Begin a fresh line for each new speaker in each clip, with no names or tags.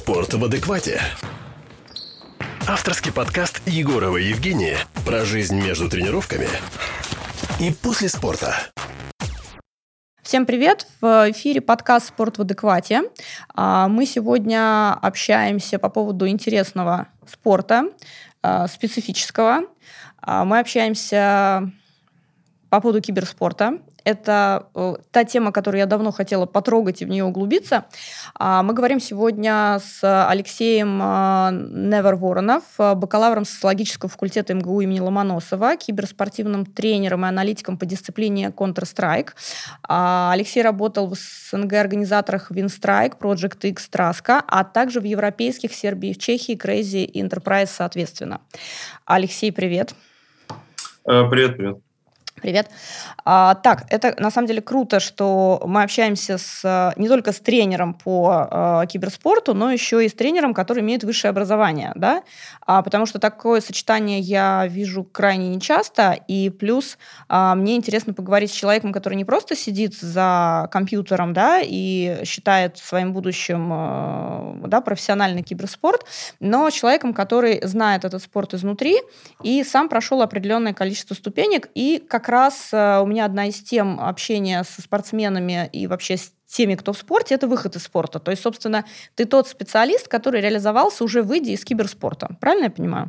Спорт в адеквате. Авторский подкаст Егорова и Евгения про жизнь между тренировками и после спорта.
Всем привет! В эфире подкаст «Спорт в адеквате». Мы сегодня общаемся по поводу интересного спорта, специфического. Мы общаемся по поводу киберспорта. Это та тема, которую я давно хотела потрогать и в нее углубиться. Мы говорим сегодня с Алексеем Невер-Воронов, бакалавром социологического факультета МГУ имени Ломоносова, киберспортивным тренером и аналитиком по дисциплине Counter-Strike. Алексей работал в СНГ-организаторах Winstrike, Project X, Traska, а также в европейских, Сербии, в Чехии, Crazy и Enterprise, соответственно. Алексей, привет.
Привет.
Привет. Так, это на самом деле круто, что мы общаемся не только с тренером по киберспорту, но еще и с тренером, который имеет высшее образование, да? Потому что такое сочетание я вижу крайне нечасто, и плюс мне интересно поговорить с человеком, который не просто сидит за компьютером, да, и считает своим будущим, да, профессиональный киберспорт, но человеком, который знает этот спорт изнутри и сам прошел определенное количество ступенек, и как раз у меня одна из тем общения со спортсменами и вообще с теми, кто в спорте, это выход из спорта. То есть, собственно, ты тот специалист, который реализовался уже выйдя из киберспорта. Правильно я понимаю?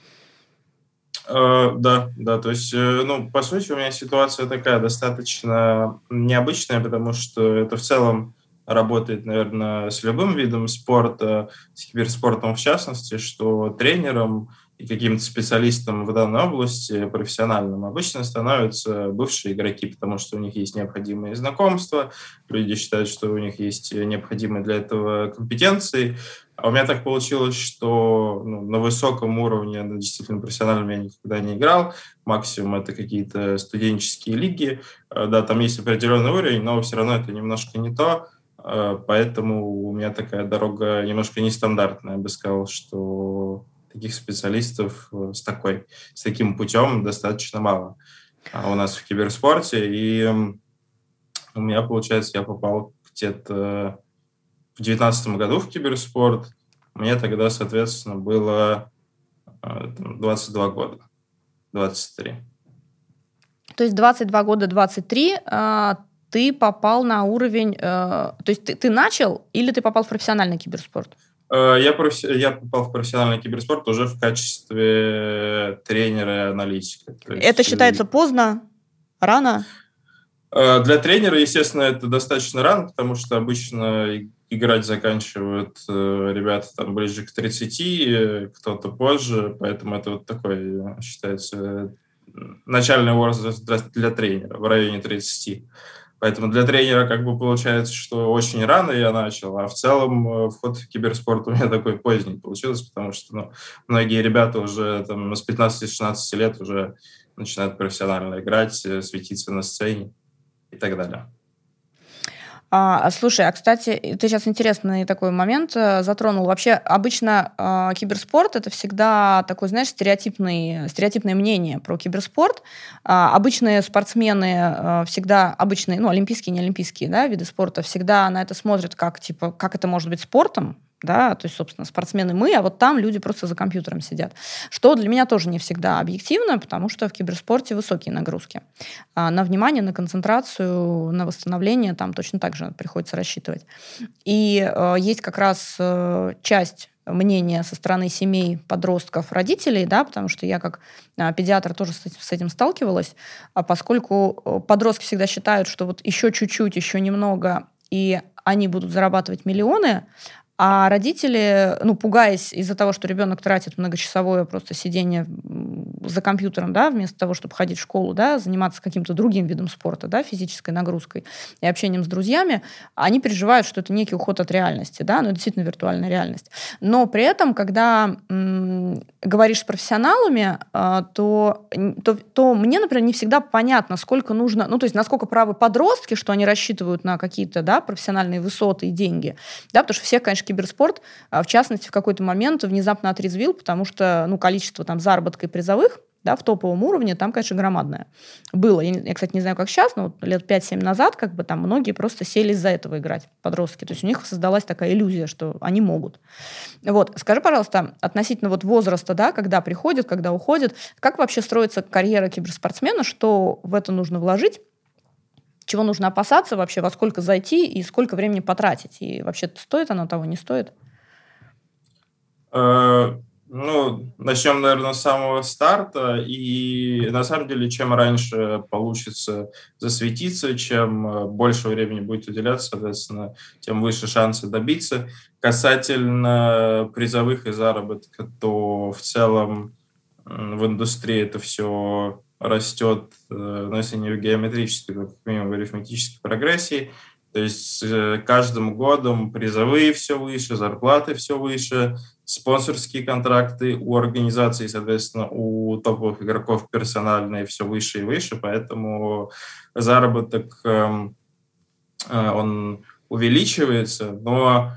Да. То есть, по сути, у меня ситуация такая достаточно необычная, потому что это в целом работает, наверное, с любым видом спорта, с киберспортом в частности, что тренером и каким-то специалистом в данной области, профессиональным, обычно становятся бывшие игроки, потому что у них есть необходимые знакомства, люди считают, что у них есть необходимые для этого компетенции. А у меня так получилось, что на высоком уровне, действительно профессиональном я никогда не играл, максимум это какие-то студенческие лиги, да, там есть определенный уровень, но все равно это немножко не то, поэтому у меня такая дорога немножко нестандартная, я бы сказал, что таких специалистов с таким путем достаточно мало у нас в киберспорте. И у меня, получается, я попал где-то в 2019 году в киберспорт. Мне тогда, соответственно, было 22 года, 23.
То есть 22 года, 23 ты попал на уровень... То есть ты начал или ты попал в профессиональный киберспорт?
Я попал в профессиональный киберспорт уже в качестве тренера и аналитика.
Это считается поздно? Рано?
Для тренера, естественно, это достаточно рано, потому что обычно играть заканчивают ребята там ближе к 30, кто-то позже, поэтому это вот такой, считается, начальный возраст для тренера в районе 30. Поэтому для тренера как бы получается, что очень рано я начал, а в целом вход в киберспорт у меня такой поздний получился, потому что многие ребята уже там, с 15-16 лет уже начинают профессионально играть, светиться на сцене и так далее.
Слушай, кстати, ты сейчас интересный такой момент затронул. Вообще, обычно киберспорт — это всегда такое, знаешь, стереотипное мнение про киберспорт. Обычные спортсмены всегда, олимпийские, неолимпийские, да, виды спорта, всегда на это смотрят как это может быть спортом, да, то есть, собственно, спортсмены мы, а вот там люди просто за компьютером сидят. Что для меня тоже не всегда объективно, потому что в киберспорте высокие нагрузки. На внимание, на концентрацию, на восстановление там точно так же приходится рассчитывать. И есть как раз часть мнения со стороны семей, подростков, родителей, да, потому что я как педиатр тоже с этим сталкивалась, поскольку подростки всегда считают, что вот еще чуть-чуть, еще немного, и они будут зарабатывать миллионы, а родители, пугаясь из-за того, что ребенок тратит многочасовое просто сидение за компьютером, да, вместо того, чтобы ходить в школу, да, заниматься каким-то другим видом спорта, да, физической нагрузкой и общением с друзьями, они переживают, что это некий уход от реальности, да, это действительно виртуальная реальность. Но при этом, когда говоришь с профессионалами, то мне, например, не всегда понятно, сколько нужно, то есть насколько правы подростки, что они рассчитывают на какие-то, да, профессиональные высоты и деньги, да, потому что всех, конечно, киберспорт, в частности, в какой-то момент внезапно отрезвил, потому что, количество там заработка и призовых да, в топовом уровне, там, конечно, громадное. Было. Я, кстати, не знаю, как сейчас, но вот лет 5-7 назад как бы там многие просто сели из-за этого играть, подростки. То есть у них создалась такая иллюзия, что они могут. Вот. Скажи, пожалуйста, относительно вот возраста, да, когда приходят, когда уходят, как вообще строится карьера киберспортсмена, что в это нужно вложить, чего нужно опасаться вообще, во сколько зайти и сколько времени потратить? И вообще стоит оно того, не стоит?
Ну, начнем, наверное, с самого старта. И на самом деле, чем раньше получится засветиться, чем больше времени будет уделяться, соответственно, тем выше шансы добиться. Касательно призовых и заработка, то в целом в индустрии это все растет, ну, если не в геометрической, то как минимум в арифметической прогрессии. То есть с каждым годом призовые все выше, зарплаты все выше, спонсорские контракты у организаций, соответственно, у топовых игроков персональные все выше и выше, поэтому заработок, он увеличивается, но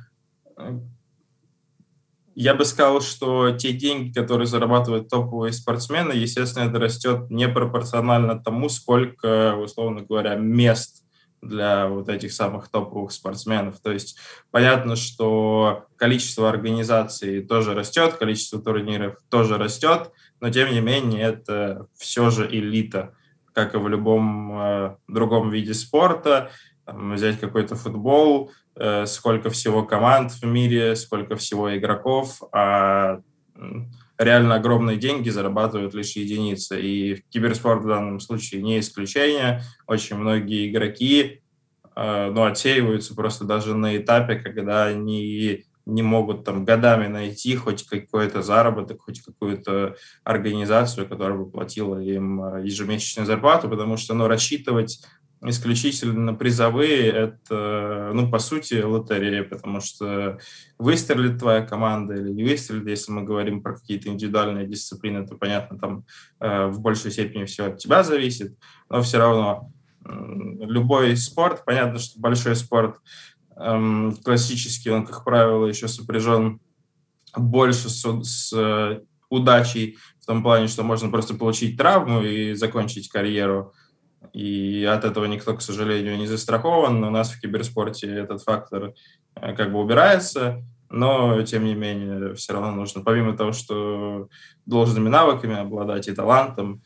я бы сказал, что те деньги, которые зарабатывают топовые спортсмены, естественно, это растет непропорционально тому, сколько, условно говоря, мест для вот этих самых топовых спортсменов. То есть понятно, что количество организаций тоже растет, количество турниров тоже растет, но тем не менее это все же элита, как и в любом другом виде спорта. Там, взять какой-то футбол, сколько всего команд в мире, сколько всего игроков, а реально огромные деньги зарабатывают лишь единицы. И киберспорт в данном случае не исключение. Очень многие игроки отсеиваются просто даже на этапе, когда они не могут там годами найти хоть какой-то заработок, хоть какую-то организацию, которая бы платила им ежемесячную зарплату, потому что рассчитывать исключительно призовые, это, по сути, лотерея, потому что выстрелит твоя команда или не выстрелит, если мы говорим про какие-то индивидуальные дисциплины, то, понятно, там в большей степени все от тебя зависит, но все равно любой спорт, понятно, что большой спорт классический, он, как правило, еще сопряжен больше с удачей, в том плане, что можно просто получить травму и закончить карьеру, и от этого никто, к сожалению, не застрахован. У нас в киберспорте этот фактор как бы убирается, но, тем не менее, все равно нужно, помимо того, что должными навыками обладать и талантом,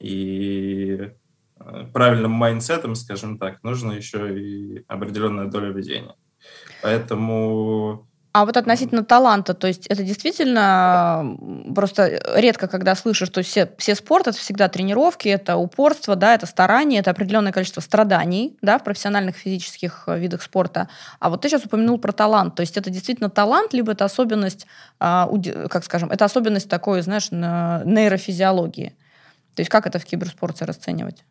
и правильным майндсетом, скажем так, нужно еще и определенная доля везения. Поэтому...
А вот относительно таланта, то есть это действительно просто редко, когда слышишь, что все спорт — это всегда тренировки, это упорство, да, это старание, это определенное количество страданий, да, в профессиональных физических видах спорта. А вот ты сейчас упомянул про талант, то есть это действительно талант, либо это особенность, как скажем, это особенность такой, знаешь, нейрофизиологии. То есть как это в киберспорте расценивать?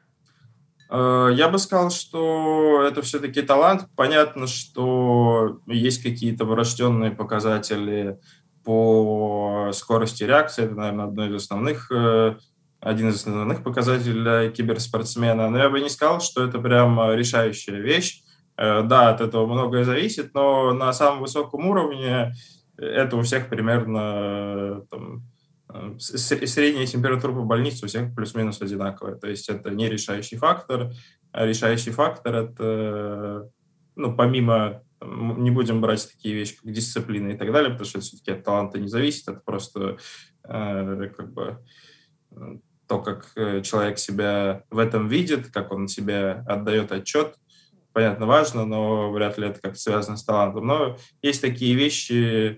Я бы сказал, что это все-таки талант. Понятно, что есть какие-то врожденные показатели по скорости реакции. Это, наверное, один из основных показателей для киберспортсмена. Но я бы не сказал, что это прям решающая вещь. Да, от этого многое зависит, но на самом высоком уровне это у всех примерно средняя температура по больнице у всех плюс-минус одинаковая. То есть это не решающий фактор. А решающий фактор – это, помимо, не будем брать такие вещи, как дисциплина и так далее, потому что это все-таки от таланта не зависит, это просто то, как человек себя в этом видит, как он себе отдает отчет. Понятно, важно, но вряд ли это как-то связано с талантом. Но есть такие вещи,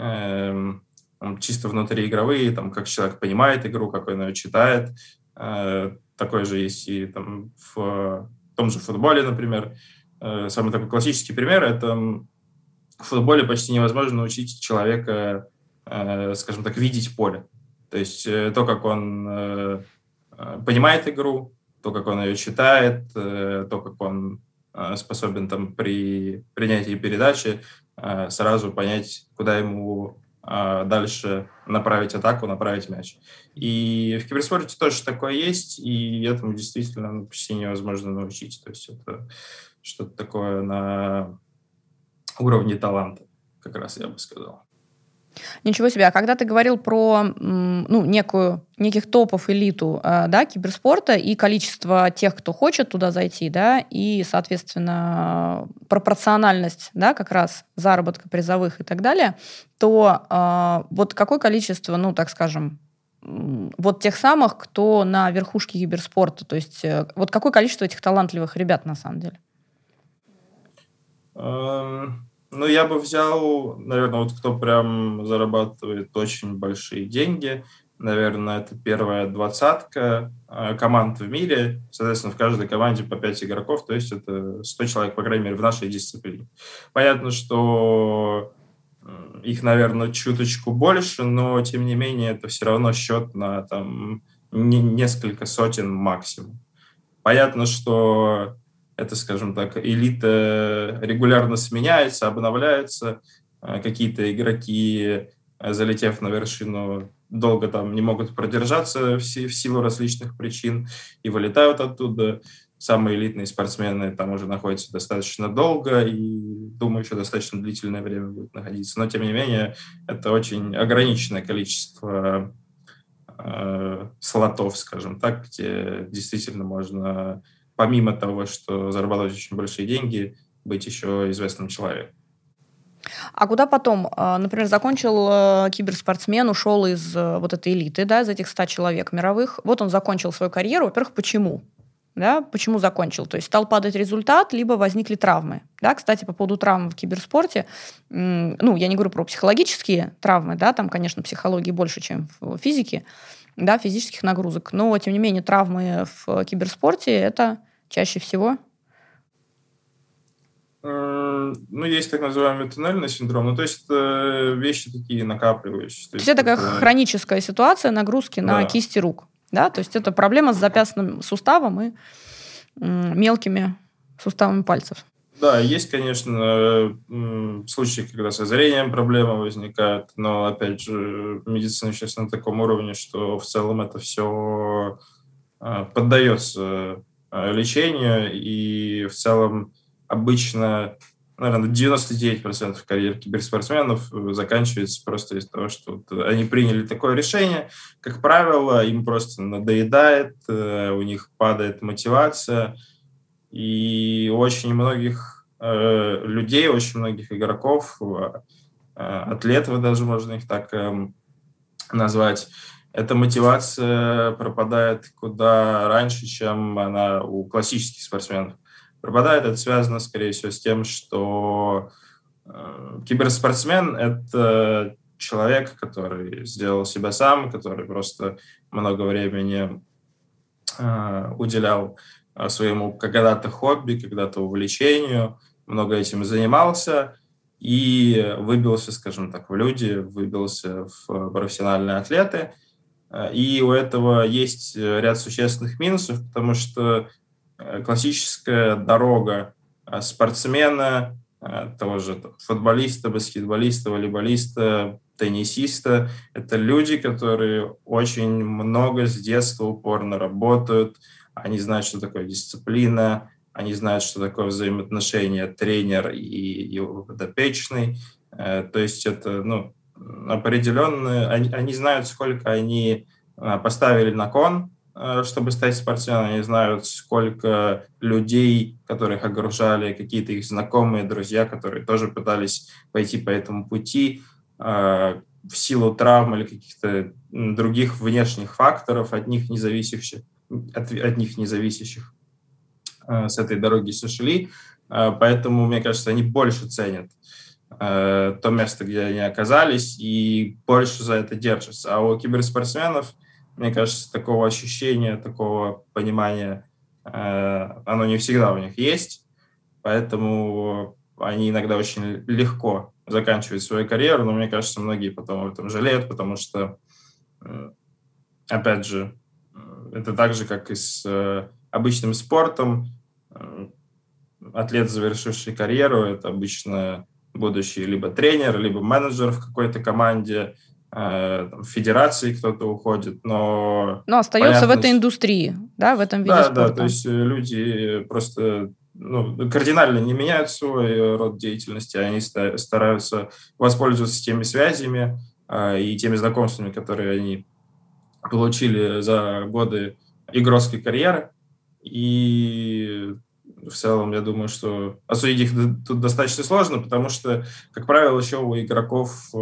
чисто внутриигровые, там, как человек понимает игру, как он ее читает. Такое же есть и там, в том же футболе, например. Самый такой классический пример – это в футболе почти невозможно научить человека, скажем так, видеть поле. То есть то, как он понимает игру, то, как он ее читает, то, как он способен там, при принятии передачи сразу понять, куда ему дальше направить атаку, направить мяч. И в киберспорте тоже такое есть, и этому действительно почти невозможно научить. То есть это что-то такое на уровне таланта, как раз я бы сказал.
Ничего себе. А когда ты говорил про неких топов, элиту, да, киберспорта и количество тех, кто хочет туда зайти, да, и, соответственно, пропорциональность, да, как раз заработка призовых и так далее, то вот какое количество, ну, так скажем, вот тех самых, кто на верхушке киберспорта, то есть вот какое количество этих талантливых ребят на самом деле?
Ну, я бы взял, наверное, вот кто прям зарабатывает очень большие деньги. Наверное, это первая двадцатка команд в мире. Соответственно, в каждой команде по 5 игроков, то есть это 100 человек, по крайней мере, в нашей дисциплине. Понятно, что их, наверное, чуточку больше, но, тем не менее, это все равно счет на там несколько сотен максимум. Понятно, что это, скажем так, элита регулярно сменяется, обновляется. Какие-то игроки, залетев на вершину, долго там не могут продержаться в силу различных причин и вылетают оттуда. Самые элитные спортсмены там уже находятся достаточно долго и, думаю, еще достаточно длительное время будут находиться. Но, тем не менее, это очень ограниченное количество слотов, скажем так, где действительно можно, помимо того, что зарабатывать очень большие деньги, быть еще известным человеком.
А куда потом? Например, закончил киберспортсмен, ушел из вот этой элиты, да, из этих 100 человек мировых. Вот он закончил свою карьеру. Во-первых, почему? Да, почему закончил? То есть стал падать результат, либо возникли травмы. Да, кстати, по поводу травм в киберспорте, ну, я не говорю про психологические травмы, да, там, конечно, психологии больше, чем в физике, да, физических нагрузок, но, тем не менее, травмы в киберспорте – это чаще всего…
Ну, есть так называемый туннельный синдром, ну, то есть это вещи такие накапливающиеся.
То есть это такая хроническая ситуация нагрузки на кисти рук, да, то есть это проблема с запястным суставом и мелкими суставами пальцев.
Да, есть, конечно, случаи, когда со зрением проблемы возникают, но, опять же, медицина сейчас на таком уровне, что в целом это все поддается лечению, и в целом обычно, наверное, 99% карьер киберспортсменов заканчивается просто из-за того, что они приняли такое решение. Как правило, им просто надоедает, у них падает мотивация, и очень многих людей, очень многих игроков, атлетов даже можно их так назвать, эта мотивация пропадает куда раньше, чем она у классических спортсменов пропадает. Это связано, скорее всего, с тем, что киберспортсмен – это человек, который сделал себя сам, который просто много времени уделял своему когда-то хобби, когда-то увлечению, много этим занимался и выбился, скажем так, в люди, выбился в профессиональные атлеты. И у этого есть ряд существенных минусов, потому что классическая дорога спортсмена, того же футболиста, баскетболиста, волейболиста, теннисиста – это люди, которые очень много с детства упорно работают, они знают, что такое дисциплина, они знают, что такое взаимоотношения тренер и его подопечный. То есть это определенные… Они знают, сколько они поставили на кон, чтобы стать спортсменом. Они знают, сколько людей, которых окружали какие-то их знакомые, друзья, которые тоже пытались пойти по этому пути, в силу травм или каких-то других внешних факторов, от них независящих с этой дороги сошли. Поэтому, мне кажется, они больше ценят то место, где они оказались, и больше за это держатся. А у киберспортсменов, мне кажется, такого ощущения, такого понимания, оно не всегда у них есть, поэтому они иногда очень легко заканчивают свою карьеру, но мне кажется, многие потом об этом жалеют, потому что, опять же, это так же, как и с обычным спортом. Атлет, завершивший карьеру, это обычно будущий либо тренер, либо менеджер в какой-то команде, в федерации кто-то уходит, но
остается в этой индустрии, да, в этом виде спорта.
Да, то есть люди просто кардинально не меняют свой род деятельности, они стараются воспользоваться теми связями и теми знакомствами, которые они получили за годы игротской карьеры. И в целом, я думаю, что осудить их тут достаточно сложно, потому что, как правило, еще у игроков,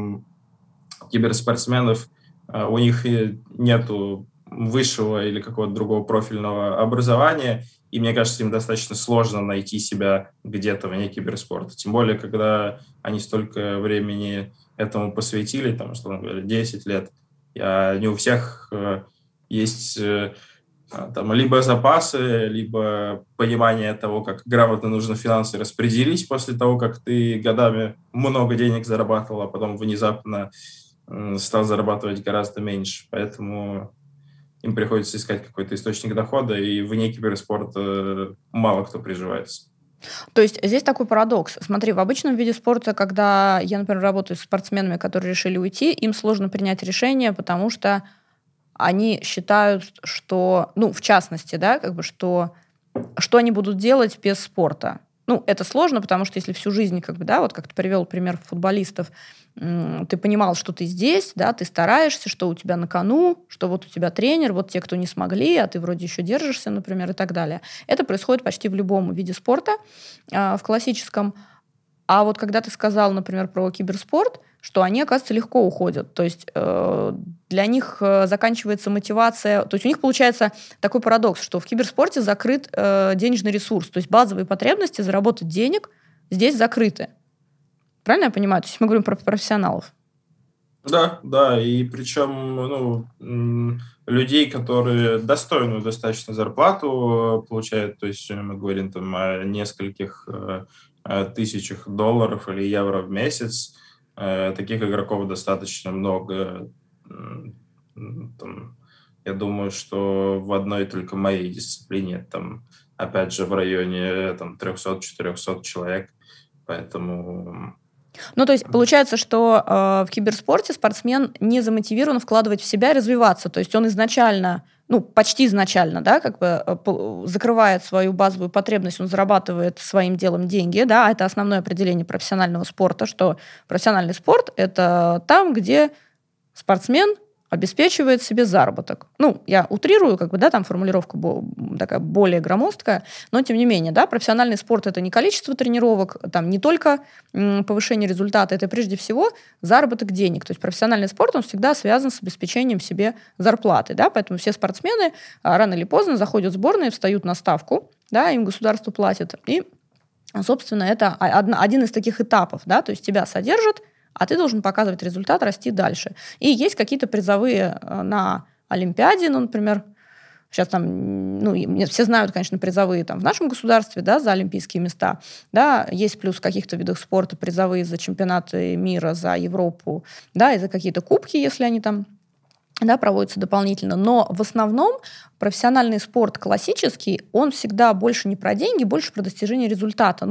киберспортсменов, у них нету высшего или какого-то другого профильного образования, и мне кажется, им достаточно сложно найти себя где-то вне киберспорта. Тем более, когда они столько времени этому посвятили, там, условно говоря, 10 лет, не у всех есть там либо запасы, либо понимание того, как грамотно нужно финансы распределить после того, как ты годами много денег зарабатывал, а потом внезапно стал зарабатывать гораздо меньше. Поэтому им приходится искать какой-то источник дохода, и вне киберспорта мало кто приживается.
То есть здесь такой парадокс. Смотри, в обычном виде спорта, когда я, например, работаю с спортсменами, которые решили уйти, им сложно принять решение, потому что они считают, что, в частности, да, что они будут делать без спорта. Это сложно, потому что если всю жизнь, как ты привел пример футболистов, ты понимал, что ты здесь, да, ты стараешься, что у тебя на кону, что вот у тебя тренер, вот те, кто не смогли, а ты вроде еще держишься, например, и так далее. Это происходит почти в любом виде спорта, в классическом. А вот когда ты сказал, например, про киберспорт, что они, оказывается, легко уходят. То есть для них заканчивается мотивация. То есть у них получается такой парадокс, что в киберспорте закрыт денежный ресурс. То есть базовые потребности заработать денег здесь закрыты. Правильно я понимаю? То есть мы говорим про профессионалов.
Да, и причем людей, которые достойную достаточно зарплату получают, то есть мы говорим там о нескольких тысячах долларов или евро в месяц, таких игроков достаточно много. Я думаю, что в одной только моей дисциплине, опять же, в районе 300-400 человек, поэтому...
То есть получается, что в киберспорте спортсмен не замотивирован вкладывать в себя и развиваться. То есть он изначально, почти изначально, да, закрывает свою базовую потребность, он зарабатывает своим делом деньги, да, это основное определение профессионального спорта, что профессиональный спорт – это там, где спортсмен обеспечивает себе заработок. Я утрирую, там формулировка такая более громоздкая, но тем не менее, да, профессиональный спорт – это не количество тренировок, не только повышение результата, это прежде всего заработок денег. То есть профессиональный спорт, он всегда связан с обеспечением себе зарплаты, да, поэтому все спортсмены рано или поздно заходят в сборные, встают на ставку, да, им государство платит, и, собственно, это один из таких этапов, да, то есть тебя содержат, а ты должен показывать результат, расти дальше. И есть какие-то призовые на Олимпиаде, например, сейчас все знают, конечно, призовые в нашем государстве, да, за олимпийские места, да, есть плюс в каких-то видах спорта призовые за чемпионаты мира, за Европу, да, и за какие-то кубки, если они проводятся дополнительно. Но в основном профессиональный спорт классический, он всегда больше не про деньги, больше про достижение результата.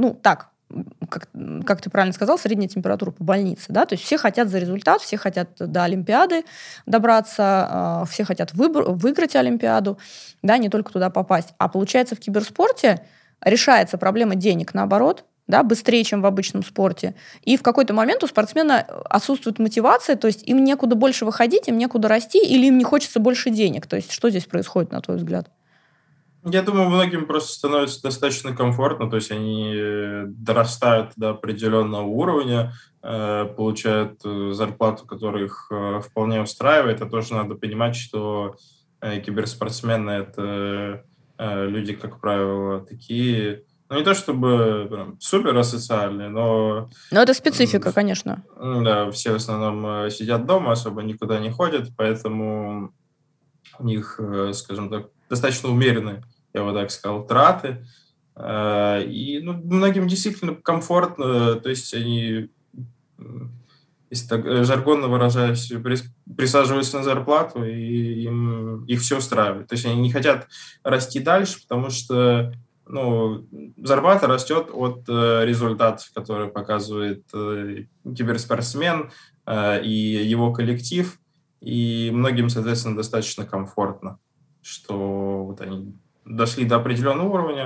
Как ты правильно сказал, средняя температура по больнице, да, то есть все хотят за результат, все хотят до Олимпиады добраться, все хотят выиграть Олимпиаду, да, не только туда попасть. А получается, в киберспорте решается проблема денег, наоборот, да, быстрее, чем в обычном спорте. И в какой-то момент у спортсмена отсутствует мотивация, то есть им некуда больше выходить, им некуда расти, или им не хочется больше денег. То есть что здесь происходит, на твой взгляд?
Я думаю, многим просто становится достаточно комфортно, то есть они дорастают до определенного уровня, получают зарплату, которая их вполне устраивает. А тоже надо понимать, что киберспортсмены – это люди, как правило, такие, не то чтобы прям супер асоциальные, но...
Но это специфика, конечно.
Да, все в основном сидят дома, особо никуда не ходят, поэтому у них, скажем так, достаточно умеренные, я бы так сказал, траты. И многим действительно комфортно, то есть они, если так жаргонно выражаясь, присаживаются на зарплату, и их все устраивает. То есть они не хотят расти дальше, потому что зарплата растет от результатов, которые показывает киберспортсмен и его коллектив, и многим, соответственно, достаточно комфортно, что они дошли до определенного уровня,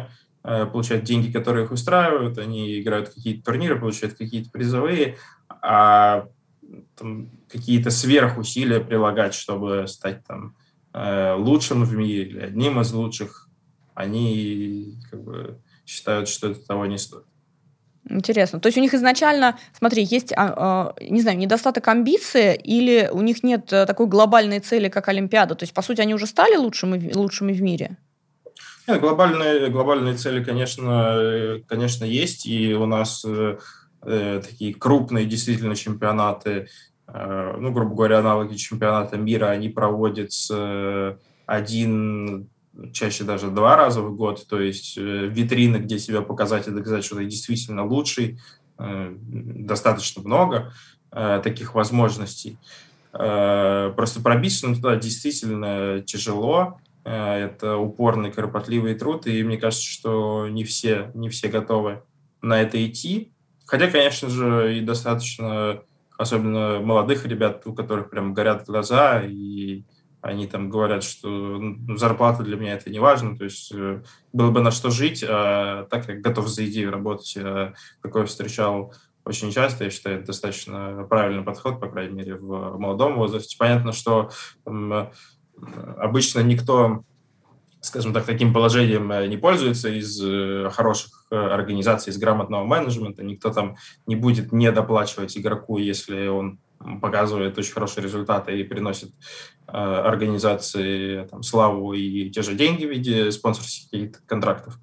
получают деньги, которые их устраивают, они играют какие-то турниры, получают какие-то призовые, а там, какие-то сверхусилия прилагать, чтобы стать там лучшим в мире или одним из лучших, они как бы считают, что это того не стоит.
Интересно. То есть у них изначально, смотри, есть, не знаю, недостаток амбиции или у них нет такой глобальной цели, как Олимпиада? То есть, по сути, они уже стали лучшими в мире?
Нет, глобальные цели, конечно, есть, и у нас такие крупные действительно чемпионаты, грубо говоря, аналоги чемпионата мира, они проводятся один, чаще даже 2 раза в год, то есть витрины, где себя показать и доказать, что ты действительно лучший, достаточно много таких возможностей. Просто пробиться туда действительно тяжело. Это упорный, кропотливый труд, и мне кажется, что не все готовы на это идти. Хотя, конечно же, и достаточно, особенно молодых ребят, у которых прям горят глаза, и они там говорят, что зарплата для меня это не важно, то есть было бы на что жить, а так я готов за идею работать. Я такое встречал очень часто, я считаю, это достаточно правильный подход, по крайней мере, в молодом возрасте. Понятно, что обычно никто, скажем так, таким положением не пользуется из хороших организаций, из грамотного менеджмента. Никто там не будет недоплачивать игроку, если он показывает очень хорошие результаты и приносит организации там, славу и те же деньги в виде спонсорских каких-то контрактов.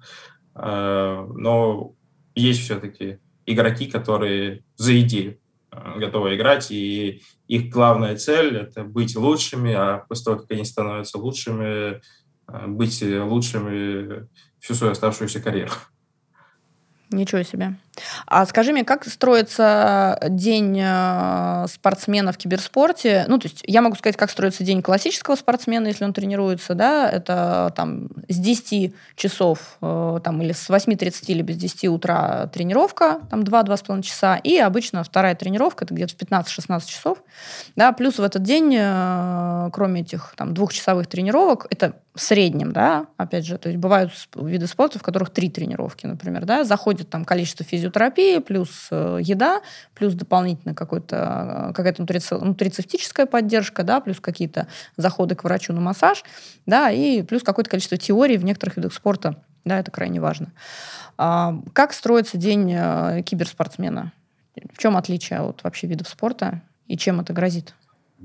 Но есть все-таки игроки, которые за идею готовы играть, и их главная цель – это быть лучшими, а после того, как они становятся лучшими, быть лучшими всю свою оставшуюся карьеру.
Ничего себе. А скажи мне, как строится день спортсмена в киберспорте? Ну, то есть я могу сказать, как строится день классического спортсмена, если он тренируется, да, это там с 10 часов там, или с 8:30 или без 10 утра тренировка, там 2-2,5 часа, и обычно вторая тренировка, это где-то в 15-16 часов, да, плюс в этот день, кроме этих там 2-часовых тренировок, это в среднем, да, опять же, то есть бывают виды спорта, в которых 3 тренировки, например, да, заходит там количество физиотерапии, плюс еда, плюс дополнительно какая-то нутрицептическая поддержка, да, плюс какие-то заходы к врачу на массаж, да, и плюс какое-то количество теорий в некоторых видах спорта, да, это крайне важно. Как строится день киберспортсмена? В чем отличие от вообще видов спорта и чем это грозит?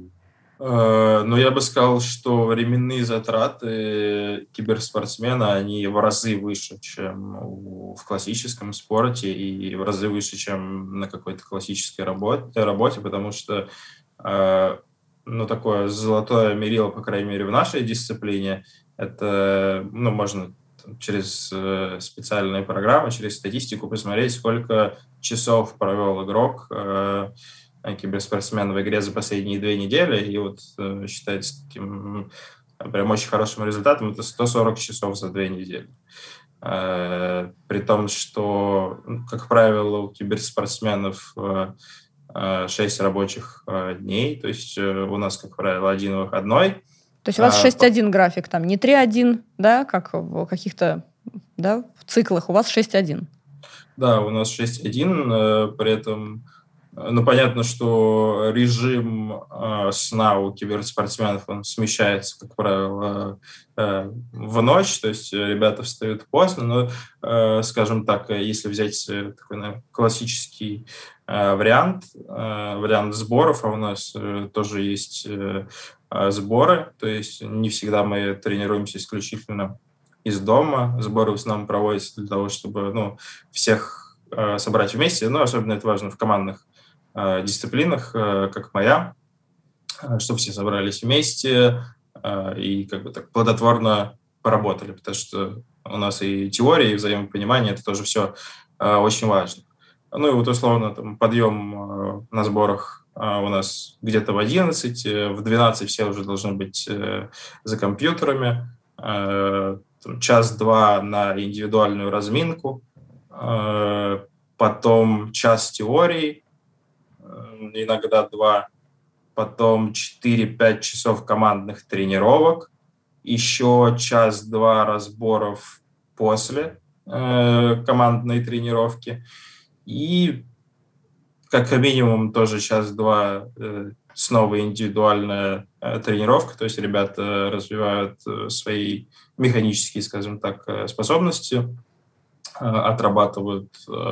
Но я бы сказал, что временные затраты киберспортсмена, они в разы выше, чем в классическом спорте, и в разы выше, чем на какой-то классической работе, потому что такое золотое мерило, по крайней мере, в нашей дисциплине, это, можно через специальные программы, через статистику посмотреть, сколько часов провел игрок, киберспортсмен в игре за последние 2 недели, и вот считается таким прям очень хорошим результатом, это 140 часов за 2 недели. При том, что, как правило, у киберспортсменов 6 рабочих дней, то есть у нас, как правило, 1 выходной.
То есть у вас 6-1 график, там не 3-1, да, как в каких-то, да, в циклах, у вас 6-1.
Да, у нас 6-1, при этом понятно, что режим сна у киберспортсменов, он смещается, как правило, в ночь, то есть ребята встают поздно, но, скажем так, если взять такой, наверное, классический вариант сборов, а у нас тоже есть сборы, то есть не всегда мы тренируемся исключительно из дома, сборы в основном проводятся для того, чтобы всех собрать вместе, особенно это важно в командных дисциплинах, как моя, чтобы все собрались вместе и как бы так плодотворно поработали, потому что у нас и теория, и взаимопонимание, это тоже все очень важно. И вот условно там подъем на сборах у нас где-то в 11, в 12 все уже должны быть за компьютерами, час-два на индивидуальную разминку, потом час теории, иногда 2, потом 4-5 часов командных тренировок, еще час-два разборов после, командные тренировки. И как минимум тоже сейчас снова индивидуальная тренировка, то есть ребята развивают свои механические, скажем так, способности, отрабатывают.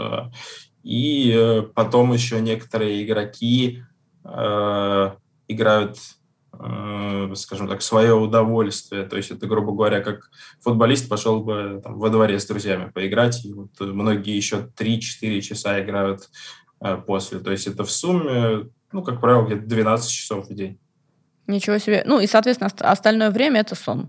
И потом еще некоторые игроки играют, скажем так, в свое удовольствие. То есть это, грубо говоря, как футболист пошел бы там во дворе с друзьями поиграть, и вот многие еще 3-4 часа играют после. То есть это в сумме, как правило, где-то 12 часов в день.
Ничего себе. Ну и, соответственно, остальное время – это сон.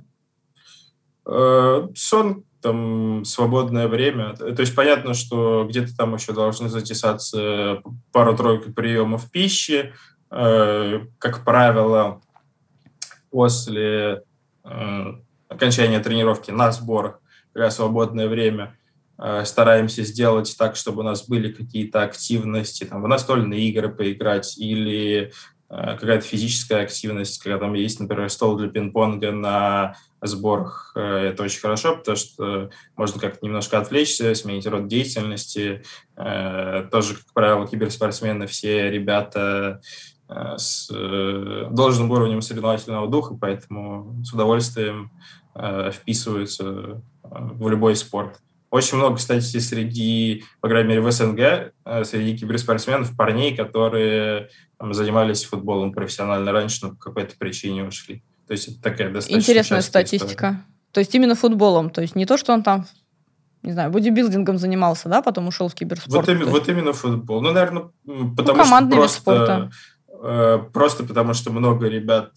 Сон, там, свободное время. То есть понятно, что где-то там еще должны затесаться пару-тройку приемов пищи. Как правило, после окончания тренировки на сборах, когда свободное время, стараемся сделать так, чтобы у нас были какие-то активности, там, в настольные игры поиграть или какая-то физическая активность, когда там есть, например, стол для пинг-понга на сборах. Это очень хорошо, потому что можно как-то немножко отвлечься, сменить род деятельности. Тоже, как правило, киберспортсмены, все ребята с должным уровнем соревновательного духа, поэтому с удовольствием вписываются в любой спорт. Очень много, кстати, среди, по крайней мере, в СНГ, среди киберспортсменов парней, которые занимались футболом профессионально раньше, но по какой-то причине ушли. То есть это такая достаточно
интересная статистика.
История.
То есть именно футболом. То есть не то, что он там, не знаю, бодибилдингом занимался, да, потом ушел в киберспорт.
Вот именно футбол. Наверное, потому что
командный вид спорта.
Просто потому что много ребят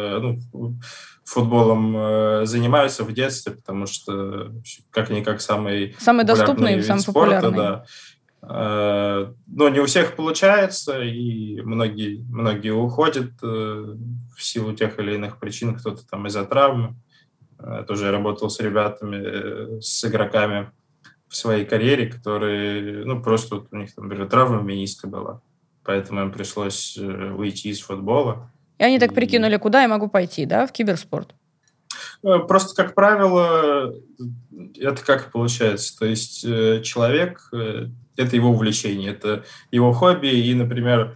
футболом занимаются в детстве, потому что как-никак самый
доступный,
вид
самый
спорта,
популярный.
да. Но не у всех получается, и многие уходят в силу тех или иных причин, кто-то там из-за травмы. Тоже я работал с ребятами, с игроками в своей карьере, которые, просто вот у них там, например, травма мениска была, поэтому им пришлось уйти из футбола.
И они так прикинули, куда я могу пойти, да, в киберспорт?
Просто, как правило, это как получается. То есть человек – это его увлечение, это его хобби. И, например,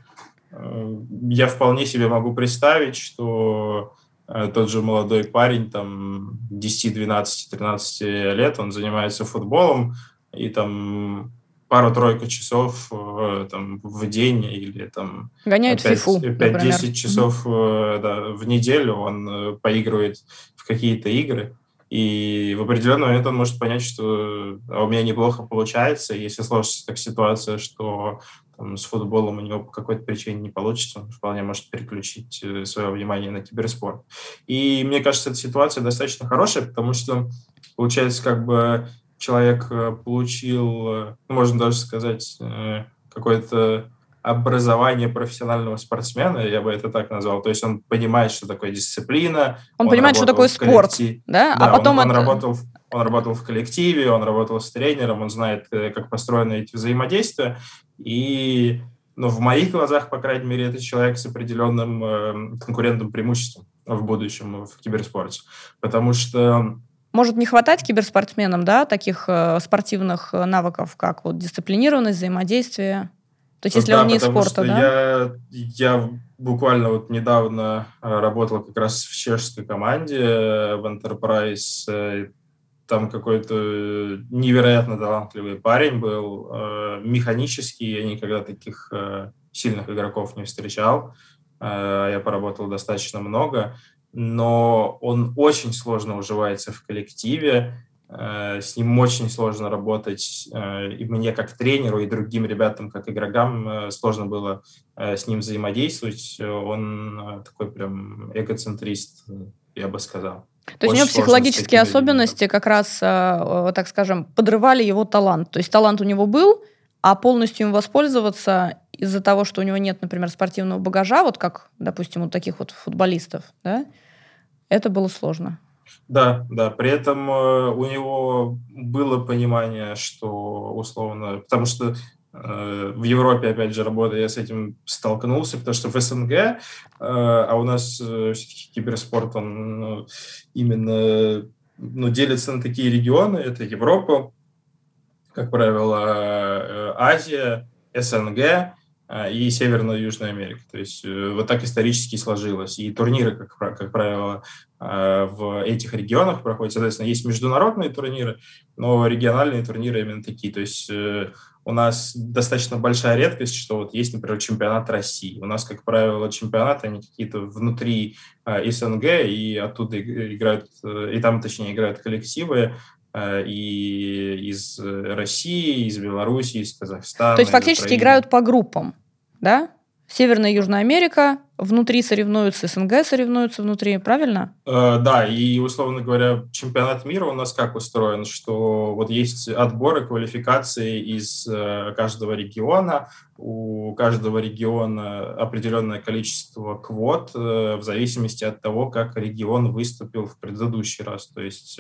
я вполне себе могу представить, что тот же молодой парень, там, 10, 12, 13 лет, он занимается футболом, и там пару-тройку часов там, в день или там
гоняет фифу,
5-10 часов в неделю он поигрывает в какие-то игры. И в определенный момент он может понять, что у меня неплохо получается. Если сложится так ситуация, что там, с футболом у него по какой-то причине не получится, он вполне может переключить свое внимание на киберспорт. И мне кажется, эта ситуация достаточно хорошая, потому что, получается, как бы человек получил, можно даже сказать, какое-то образование профессионального спортсмена, я бы это так назвал. То есть он понимает, что такое дисциплина.
Он понимает, что такое спорт, да?
А потом он работал в коллективе, он работал с тренером, он знает, как построены эти взаимодействия. И в моих глазах, по крайней мере, это человек с определенным конкурентным преимуществом в будущем в киберспорте. Потому что
может не хватать киберспортсменам, да, таких спортивных навыков, как вот дисциплинированность, взаимодействие. То есть, если он не из спорта, да?
Я буквально вот недавно работал как раз в чешской команде в Enterprise. Там какой-то невероятно талантливый парень был, механический. Я никогда таких сильных игроков не встречал. Я поработал достаточно много. Но он очень сложно уживается в коллективе, с ним очень сложно работать, и мне как тренеру, и другим ребятам, как игрокам, сложно было с ним взаимодействовать. Он такой прям эгоцентрист, я бы сказал.
То есть у него психологические особенности как раз, так скажем, подрывали его талант. То есть талант у него был, а полностью им воспользоваться из-за того, что у него нет, например, спортивного багажа, вот как, допустим, у таких вот футболистов, да, это было сложно.
Да. При этом у него было понимание, что условно... Потому что в Европе, опять же, работая, я с этим столкнулся, потому что в СНГ, а у нас все-таки киберспорт, он именно делится на такие регионы. Это Европа, как правило, Азия, СНГ и Северная и Южная Америка. То есть вот так исторически сложилось. И турниры, как правило, в этих регионах проходят. Соответственно, есть международные турниры, но региональные турниры именно такие. То есть у нас достаточно большая редкость, что вот есть, например, чемпионат России. У нас, как правило, чемпионаты, они какие-то внутри СНГ, и оттуда играют, и там, точнее, играют коллективы, и из России, из Беларуси, из Казахстана,
То есть
из
фактически
Украины.
играют по группам, да? Северная и Южная Америка внутри соревнуются, СНГ соревнуются внутри, правильно?
Да, и, условно говоря, чемпионат мира у нас как устроен, что вот есть отборы, квалификации из каждого региона, у каждого региона определенное количество квот в зависимости от того, как регион выступил в предыдущий раз. То есть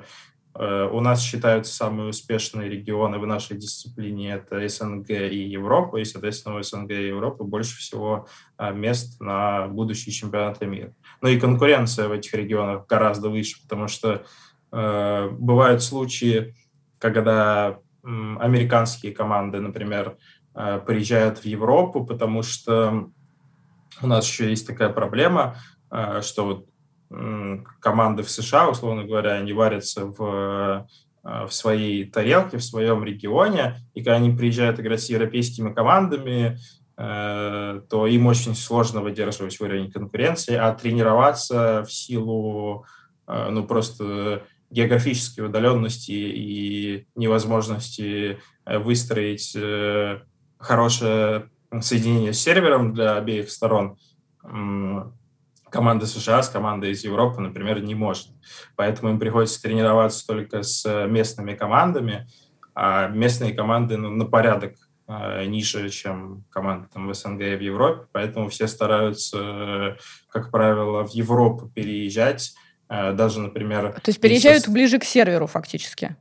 у нас считаются самые успешные регионы в нашей дисциплине это СНГ и Европа, и, соответственно, у СНГ и Европы больше всего мест на будущие чемпионаты мира. Но и конкуренция в этих регионах гораздо выше, потому что бывают случаи, когда американские команды, например, приезжают в Европу, потому что у нас еще есть такая проблема, что вот команды в США, условно говоря, они варятся в своей тарелке, в своем регионе, и когда они приезжают играть с европейскими командами, то им очень сложно выдерживать уровень конкуренции, а тренироваться в силу просто географической удаленности и невозможности выстроить хорошее соединение с сервером для обеих сторон, команда США с командой из Европы, например, не может. Поэтому им приходится тренироваться только с местными командами, а местные команды на порядок ниже, чем команды там, в СНГ и в Европе. Поэтому все стараются, как правило, в Европу переезжать. Даже, например...
То есть переезжают ближе к серверу фактически?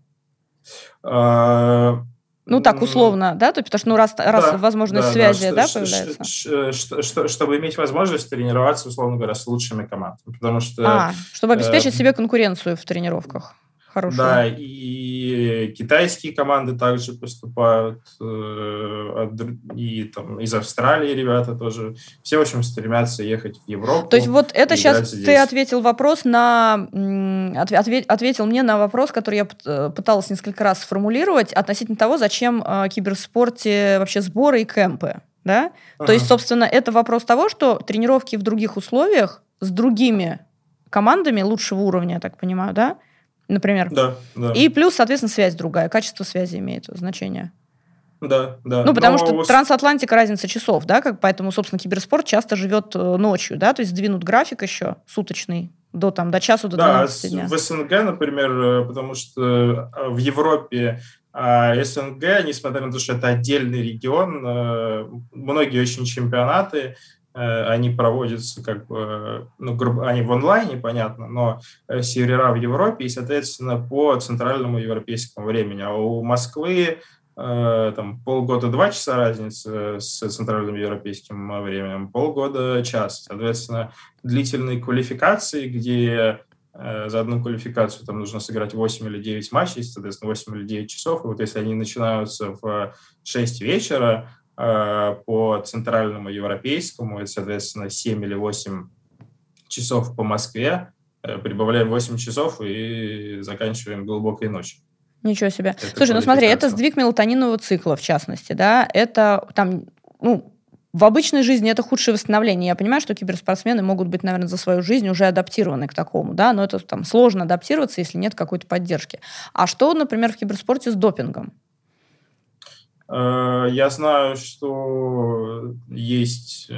Так условно, да? Потому что раз возможность связи появляется.
Чтобы иметь возможность тренироваться, условно говоря, с лучшими командами. Потому что...
чтобы обеспечить себе конкуренцию в тренировках. Хорошую.
Да, и китайские команды также поступают, и там из Австралии ребята тоже. Все, в общем, стремятся ехать в Европу.
То есть вот это сейчас ты ответил ответил мне на вопрос, который я пыталась несколько раз сформулировать относительно того, зачем киберспорте вообще сборы и кемпы. Да? То есть, собственно, это вопрос того, что тренировки в других условиях с другими командами лучшего уровня, я так понимаю, да? Например.
Да.
И плюс, соответственно, связь другая. Качество связи имеет значение.
Да.
Потому что трансатлантика разница часов, да, поэтому, собственно, киберспорт часто живет ночью, да, то есть сдвинут график еще суточный до часу, до 12 дня.
В СНГ, например, потому что в Европе СНГ, несмотря на то, что это отдельный регион, многие очень чемпионаты, они проводятся они в онлайне, понятно, но сервера в Европе и, соответственно, по центральному европейскому времени. А у Москвы полгода 2 часа разницы с центральным европейским временем, полгода час. Соответственно, длительные квалификации, где за одну квалификацию там нужно сыграть 8 или 9 матчей, соответственно, 8 или 9 часов. И вот если они начинаются в 6 вечера, по центральному европейскому, это, соответственно, 7 или 8 часов по Москве, прибавляем 8 часов и заканчиваем глубокой ночью.
Ничего себе. Слушай, смотри, это сдвиг мелатонинового цикла, в частности, да, это там, в обычной жизни это худшее восстановление. Я понимаю, что киберспортсмены могут быть, наверное, за свою жизнь уже адаптированы к такому, да, но это там сложно адаптироваться, если нет какой-то поддержки. А что, например, в киберспорте с допингом?
Я знаю, что есть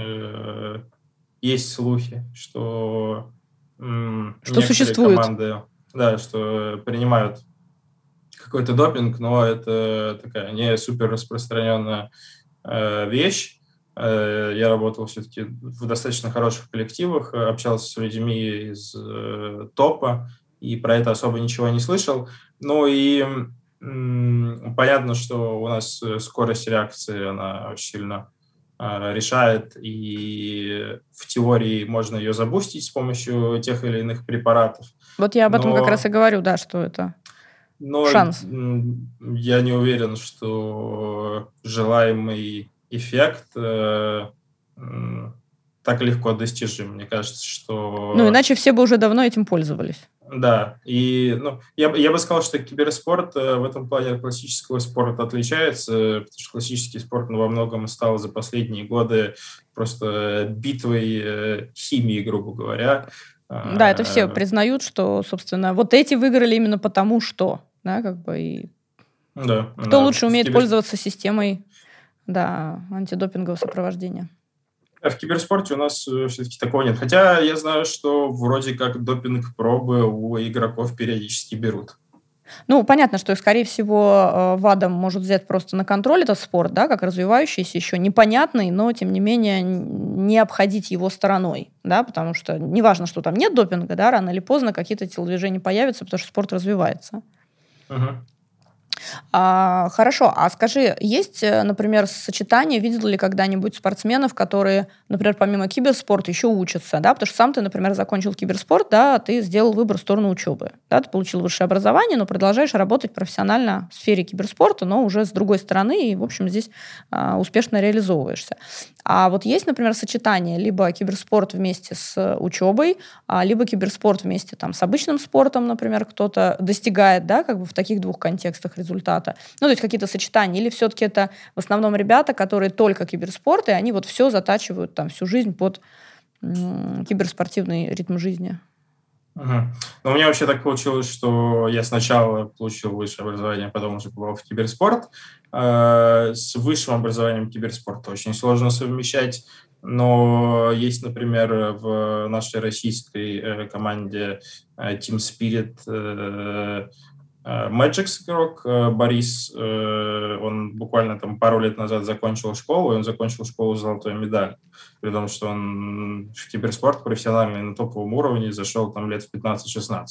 слухи, что
существует
команды, что принимают какой-то допинг, но это такая не супер распространенная вещь. Я работал все-таки в достаточно хороших коллективах, общался с людьми из топа, и про это особо ничего не слышал. Ну и понятно, что у нас скорость реакции, она очень сильно решает, и в теории можно ее забустить с помощью тех или иных препаратов.
Вот я об этом как раз и говорю, да, что это...
Но
шанс?
я не уверен, что желаемый эффект так легко достижим. Мне кажется,
Ну,
что...
иначе все бы уже давно этим пользовались.
Да, и я бы сказал, что киберспорт в этом плане от классического спорта отличается, потому что классический спорт во многом стал за последние годы просто битвой химии, грубо говоря.
Да, это все признают, что, собственно, вот эти выиграли именно потому, что, да, как бы, и
Да,
кто лучше умеет пользоваться системой, да, антидопингового сопровождения.
А в киберспорте у нас все-таки такого нет. Хотя я знаю, что вроде как допинг-пробы у игроков периодически берут.
Ну, понятно, что, скорее всего, ВАДА может взять просто на контроль этот спорт, да, как развивающийся, еще непонятный, но, тем не менее, не обходить его стороной, да, потому что неважно, что там нет допинга, да, рано или поздно какие-то телодвижения появятся, потому что спорт развивается.
Угу.
Хорошо, а скажи, есть, например, сочетание, видел ли когда-нибудь спортсменов, которые, например, помимо киберспорта еще учатся, да, потому что сам ты, например, закончил киберспорт, да, ты сделал выбор в сторону учебы, да, ты получил высшее образование, но продолжаешь работать профессионально в сфере киберспорта, но уже с другой стороны, и, в общем, здесь успешно реализовываешься. А вот есть, например, сочетание либо киберспорт вместе с учебой, либо киберспорт вместе там, с обычным спортом, например, кто-то достигает, да, как бы в таких двух контекстах результата. Ну, то есть какие-то сочетания. Или все-таки это в основном ребята, которые только киберспорт, и они вот все затачивают там всю жизнь под киберспортивный ритм жизни.
Угу. Но у меня вообще так получилось, что я сначала получил высшее образование, потом уже попал в киберспорт. С высшим образованием киберспорта очень сложно совмещать, но есть, например, в нашей российской команде Team Spirit Magix игрок Борис, он буквально там пару лет назад закончил школу, и он закончил школу с золотой медалью, при том, что он в киберспорт профессиональный на топовом уровне зашел там лет в 15-16,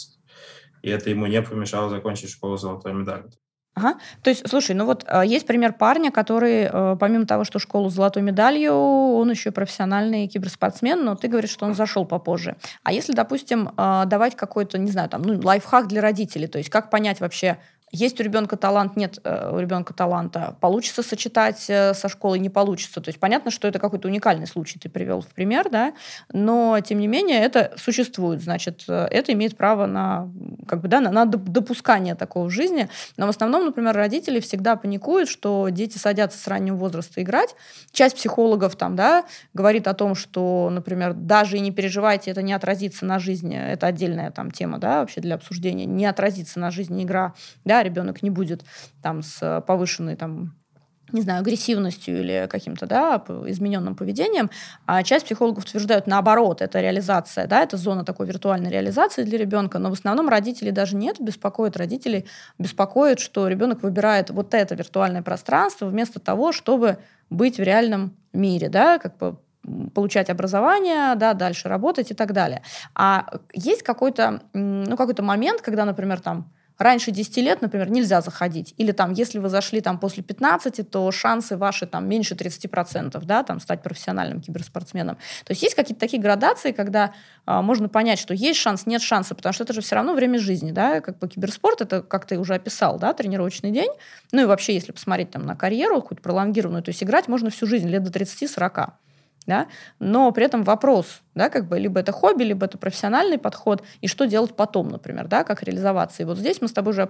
и это ему не помешало закончить школу с золотой медалью.
Ага. То есть, слушай, ну вот есть пример парня, который, помимо того, что школу с золотой медалью, он еще и профессиональный киберспортсмен, но ты говоришь, что он зашел попозже. А если, допустим, давать какой-то, не знаю, там, лайфхак для родителей, то есть как понять вообще, есть у ребенка талант, нет у ребенка таланта, получится сочетать со школой, не получится. То есть понятно, что это какой-то уникальный случай ты привел в пример, да, но тем не менее это существует, значит, это имеет право на, как бы, да, на допускание такого в жизни. Но в основном, например, родители всегда паникуют, что дети садятся с раннего возраста играть. Часть психологов там, да, говорит о том, что, например, даже и не переживайте, это не отразится на жизни, это отдельная там тема, да, вообще для обсуждения, не отразится на жизни игра, да, ребенок не будет там с повышенной там, не знаю, агрессивностью или каким-то, да, измененным поведением. А часть психологов утверждают наоборот, это реализация, да, это зона такой виртуальной реализации для ребенка, но в основном родители даже не это беспокоит, родители беспокоит, что ребенок выбирает вот это виртуальное пространство вместо того, чтобы быть в реальном мире, да, как бы получать образование, да, дальше работать и так далее. А есть какой-то, какой-то момент, когда, например, там, раньше 10 лет, например, нельзя заходить. Или там, если вы зашли там, после 15, то шансы ваши там, меньше 30%, да, там, стать профессиональным киберспортсменом. То есть есть какие-то такие градации, когда можно понять, что есть шанс, нет шанса, потому что это же все равно время жизни. Да? Как бы киберспорт, это, как ты уже описал, да, тренировочный день. Ну и вообще, если посмотреть там, на карьеру какую-то пролонгированную, то есть играть можно всю жизнь, лет до 30-40. Да? Но при этом вопрос, да, как бы, либо это хобби, либо это профессиональный подход, и что делать потом, например, да, как реализоваться. И вот здесь мы с тобой уже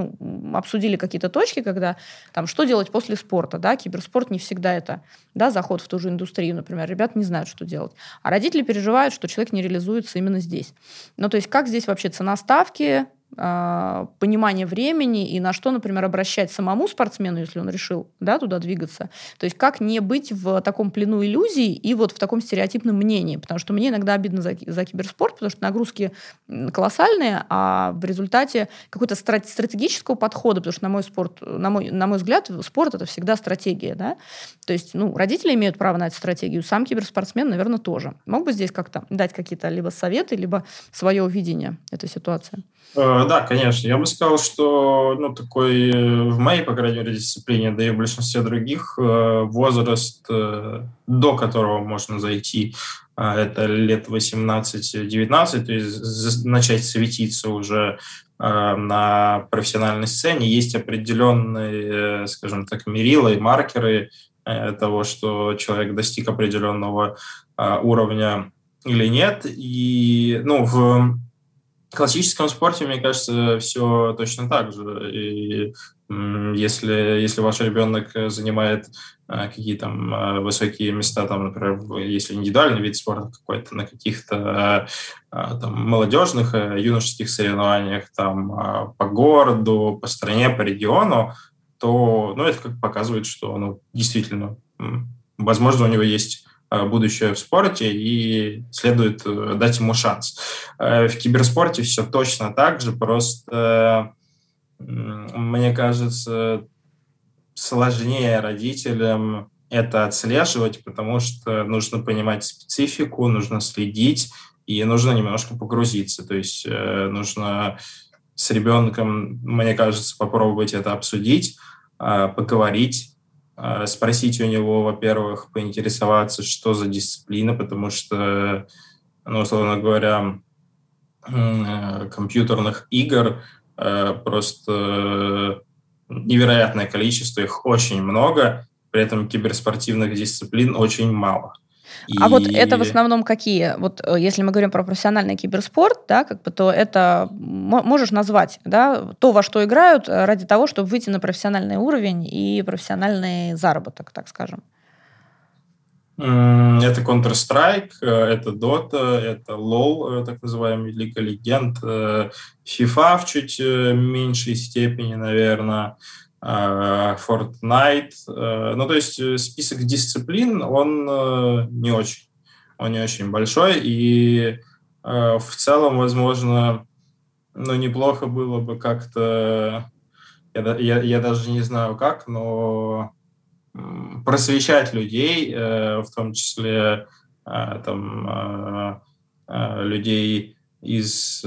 обсудили какие-то точки, когда там, что делать после спорта, да, киберспорт не всегда это, да, заход в ту же индустрию, например, ребята не знают, что делать. А родители переживают, что человек не реализуется именно здесь. Ну, то есть как здесь вообще цена ставки, понимание времени и на что, например, обращать самому спортсмену, если он решил, да, туда двигаться. То есть как не быть в таком плену иллюзий и вот в таком стереотипном мнении, потому что мне иногда обидно за киберспорт, потому что нагрузки колоссальные, а в результате какого-то стратегического подхода, потому что на мой взгляд, спорт — это всегда стратегия, да. То есть, родители имеют право на эту стратегию, сам киберспортсмен, наверное, тоже. Мог бы здесь как-то дать какие-то либо советы, либо свое видение этой ситуации?
Да, конечно. Я бы сказал, что такой в моей, по крайней мере, дисциплине, да и в большинстве других, возраст, до которого можно зайти, это лет 18-19, то есть начать светиться уже на профессиональной сцене. Есть определенные, скажем так, мерила и маркеры того, что человек достиг определенного уровня или нет. И в классическом спорте, мне кажется, все точно так же. И если ваш ребенок занимает какие-то высокие места, там, например, если индивидуальный вид спорта какой-то, на каких-то там молодежных, юношеских соревнованиях, там, по городу, по стране, по региону, то это как показывает, что действительно, возможно, у него есть будущее в спорте, и следует дать ему шанс. В киберспорте все точно так же, просто, мне кажется, сложнее родителям это отслеживать, потому что нужно понимать специфику, нужно следить, и нужно немножко погрузиться. То есть нужно с ребенком, мне кажется, попробовать это обсудить, поговорить, спросить у него, во-первых, поинтересоваться, что за дисциплина, потому что, условно говоря, компьютерных игр просто невероятное количество, их очень много, при этом киберспортивных дисциплин очень мало.
А вот это в основном какие? Вот если мы говорим про профессиональный киберспорт, да, то это можешь назвать, да, то, во что играют ради того, чтобы выйти на профессиональный уровень и профессиональный заработок, так скажем.
Это Counter-Strike, это Dota, это LoL, так называемый Лига Легенд, FIFA в чуть меньшей степени, наверное, Fortnite. То есть список дисциплин, он не очень большой, и в целом, возможно, неплохо было бы как-то, я даже не знаю как, но просвещать людей, в том числе людей из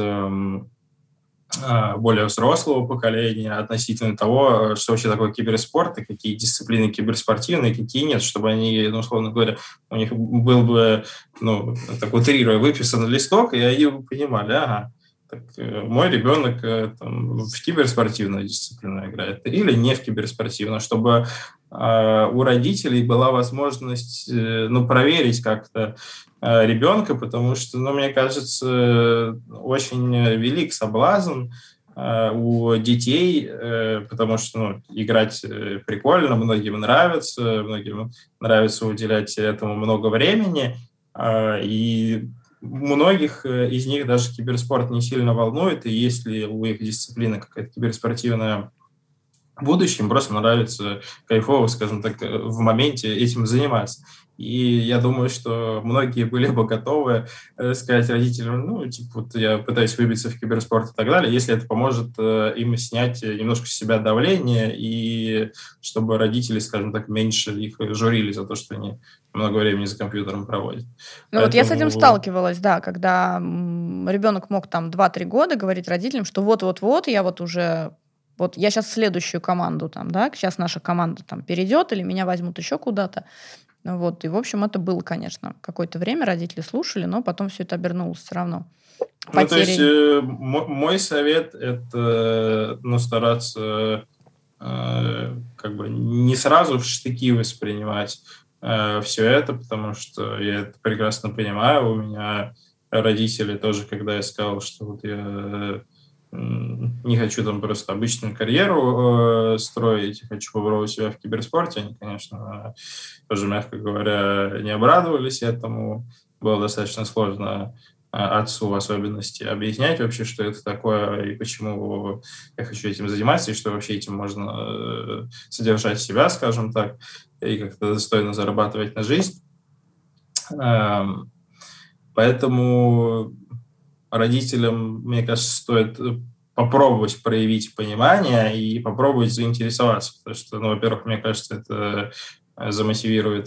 более взрослого поколения относительно того, что вообще такое киберспорт и какие дисциплины киберспортивные, какие нет, чтобы они, условно говоря, у них был бы, так утрируя, выписан листок, и они бы понимали, так, мой ребенок в киберспортивную дисциплину играет или не в киберспортивную, чтобы у родителей была возможность проверить как-то ребенка, потому что, мне кажется, очень велик соблазн у детей, потому что играть прикольно, многим нравится уделять этому много времени, и многих из них даже киберспорт не сильно волнует, и если у их дисциплины какая-то киберспортивная в будущем, просто нравится кайфово, скажем так, в моменте этим заниматься. И я думаю, что многие были бы готовы сказать родителям, я пытаюсь выбиться в киберспорт и так далее, если это поможет им снять немножко с себя давление, и чтобы родители, скажем так, меньше их журили за то, что они много времени за компьютером проводят.
Вот я с этим сталкивалась, да, когда ребенок мог 2-3 года говорить родителям, что вот-вот-вот, я уже... Вот я сейчас следующую команду сейчас наша команда перейдет или меня возьмут еще куда-то. И, в общем, это было, конечно, какое-то время, родители слушали, но потом все это обернулось все равно потерей.
То есть мой совет – это стараться не сразу в штыки воспринимать все это, потому что я это прекрасно понимаю. У меня родители тоже, когда я сказал, что я не хочу просто обычную карьеру строить, хочу попробовать себя в киберспорте. Они, конечно, тоже, мягко говоря, не обрадовались этому. Было достаточно сложно отцу в особенности объяснять вообще, что это такое и почему я хочу этим заниматься, и что вообще этим можно содержать себя, скажем так, и как-то достойно зарабатывать на жизнь. Поэтому родителям, мне кажется, стоит попробовать проявить понимание и попробовать заинтересоваться, потому что, во-первых, мне кажется, это замотивирует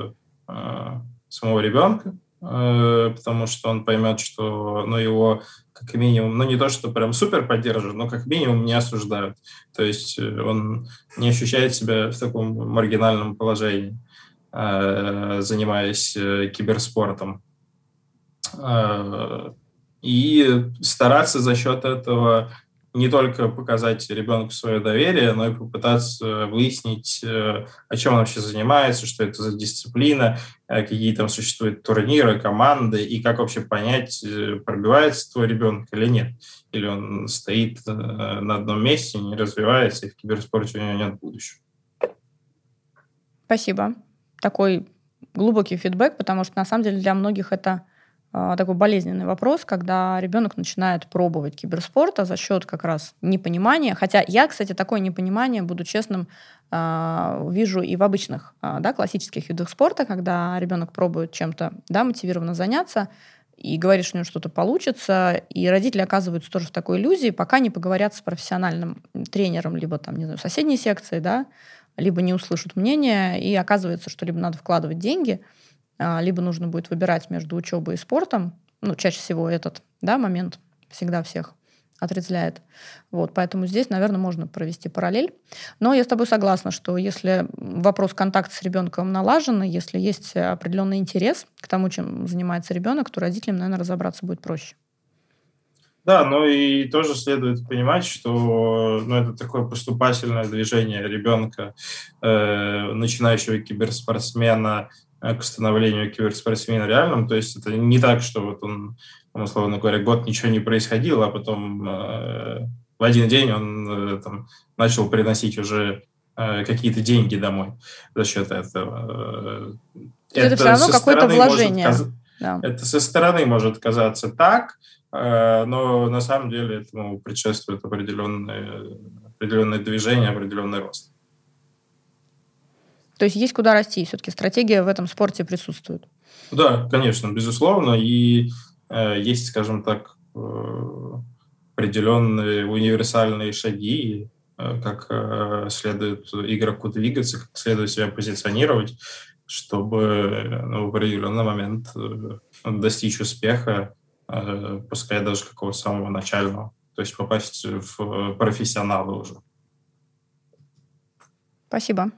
самого ребенка, потому что он поймет, что его как минимум, ну, не то, что прям супер поддерживают, но как минимум не осуждают. То есть он не ощущает себя в таком маргинальном положении, занимаясь киберспортом. И стараться за счет этого не только показать ребенку свое доверие, но и попытаться выяснить, о чем он вообще занимается, что это за дисциплина, какие там существуют турниры, команды, и как вообще понять, пробивается твой ребенок или нет. Или он стоит на одном месте, не развивается, и в киберспорте у него нет будущего.
Спасибо. Такой глубокий фидбэк, потому что на самом деле для многих это такой болезненный вопрос, когда ребенок начинает пробовать киберспорт, а за счет как раз непонимания. Хотя я, кстати, такое непонимание, буду честным, вижу и в обычных, классических видах спорта, когда ребенок пробует чем-то, мотивированно заняться и говорит, что у него что-то получится, и родители оказываются тоже в такой иллюзии, пока не поговорят с профессиональным тренером, либо там, не знаю, соседней секции, либо не услышат мнения, и оказывается, что либо надо вкладывать деньги, либо нужно будет выбирать между учебой и спортом. Чаще всего этот момент всегда всех отрезвляет. Поэтому здесь, наверное, можно провести параллель. Но я с тобой согласна, что если вопрос контакта с ребенком налажен, если есть определенный интерес к тому, чем занимается ребенок, то родителям, наверное, разобраться будет проще.
Да, и тоже следует понимать, что это такое поступательное движение ребенка, начинающего киберспортсмена, к становлению киберспортсмена реальным. То есть это не так, что он, условно говоря, год ничего не происходило, а потом в один день он начал приносить уже какие-то деньги домой за счет этого.
Это все равно какое-то вложение.
Это со стороны может казаться так, но на самом деле этому предшествует определенное движение, определенный рост.
То есть есть куда расти, все-таки стратегия в этом спорте присутствует.
Да, конечно, безусловно, и есть, скажем так, определенные универсальные шаги, как следует игроку двигаться, как следует себя позиционировать, чтобы в определенный момент достичь успеха, пускай даже какого-то самого начального, то есть попасть в профессионалы уже.
Спасибо.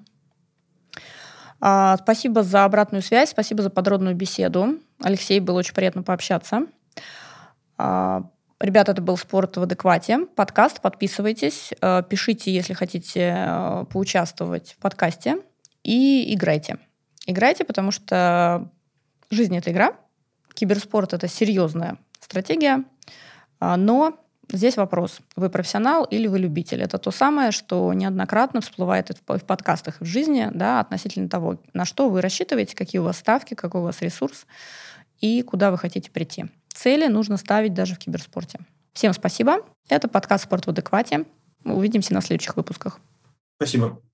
Спасибо за обратную связь, спасибо за подробную беседу. Алексей, было очень приятно пообщаться. Ребята, это был «Спорт в адеквате». Подкаст, подписывайтесь, пишите, если хотите поучаствовать в подкасте, и играйте. Играйте, потому что жизнь — это игра, киберспорт — это серьезная стратегия, но здесь вопрос: вы профессионал или вы любитель? Это то самое, что неоднократно всплывает в подкастах и в жизни, относительно того, на что вы рассчитываете, какие у вас ставки, какой у вас ресурс и куда вы хотите прийти. Цели нужно ставить даже в киберспорте. Всем спасибо. Это подкаст «Спорт в адеквате». Увидимся на следующих выпусках.
Спасибо.